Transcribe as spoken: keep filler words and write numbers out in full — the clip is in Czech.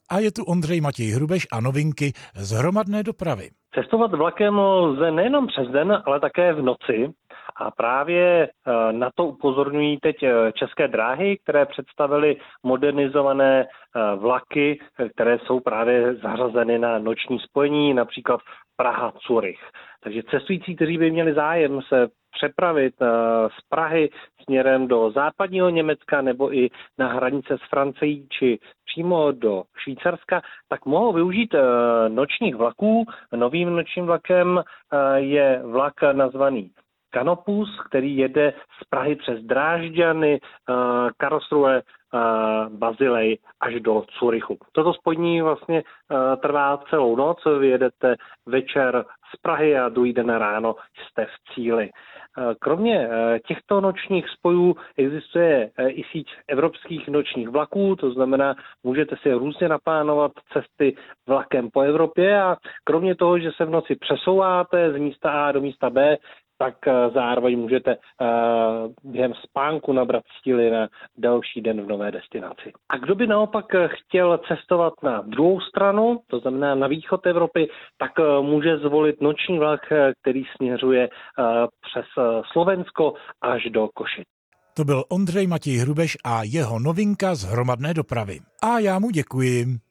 A je tu Ondřej Matěj Hrubeš a novinky z hromadné dopravy. Cestovat vlakem lze nejenom přes den, ale také v noci. A právě na to upozorňují teď České dráhy, které představily modernizované vlaky, které jsou právě zařazeny na noční spojení, například Praha-Curych. Takže cestující, kteří by měli zájem se přepravit z Prahy směrem do západního Německa nebo i na hranice s Francií či přímo do Švýcarska, tak mohou využít nočních vlaků. Novým nočním vlakem je vlak nazvaný Canopus, který jede z Prahy přes Drážďany, Karlsruhe, Bazilej až do Curychu. Toto spojení vlastně trvá celou noc, vyjedete večer z Prahy a druhý den ráno jste v cíli. Kromě těchto nočních spojů existuje i síť evropských nočních vlaků, to znamená, můžete si různě naplánovat cesty vlakem po Evropě a kromě toho, že se v noci přesouváte z místa A do místa B, tak zároveň můžete uh, během spánku nabrat síly na další den v nové destinaci. A kdo by naopak chtěl cestovat na druhou stranu, to znamená na východ Evropy, tak uh, může zvolit noční vlak, který směřuje uh, přes Slovensko až do Košic. To byl Ondřej Matěj Hrubeš a jeho novinka z hromadné dopravy. A já mu děkuji.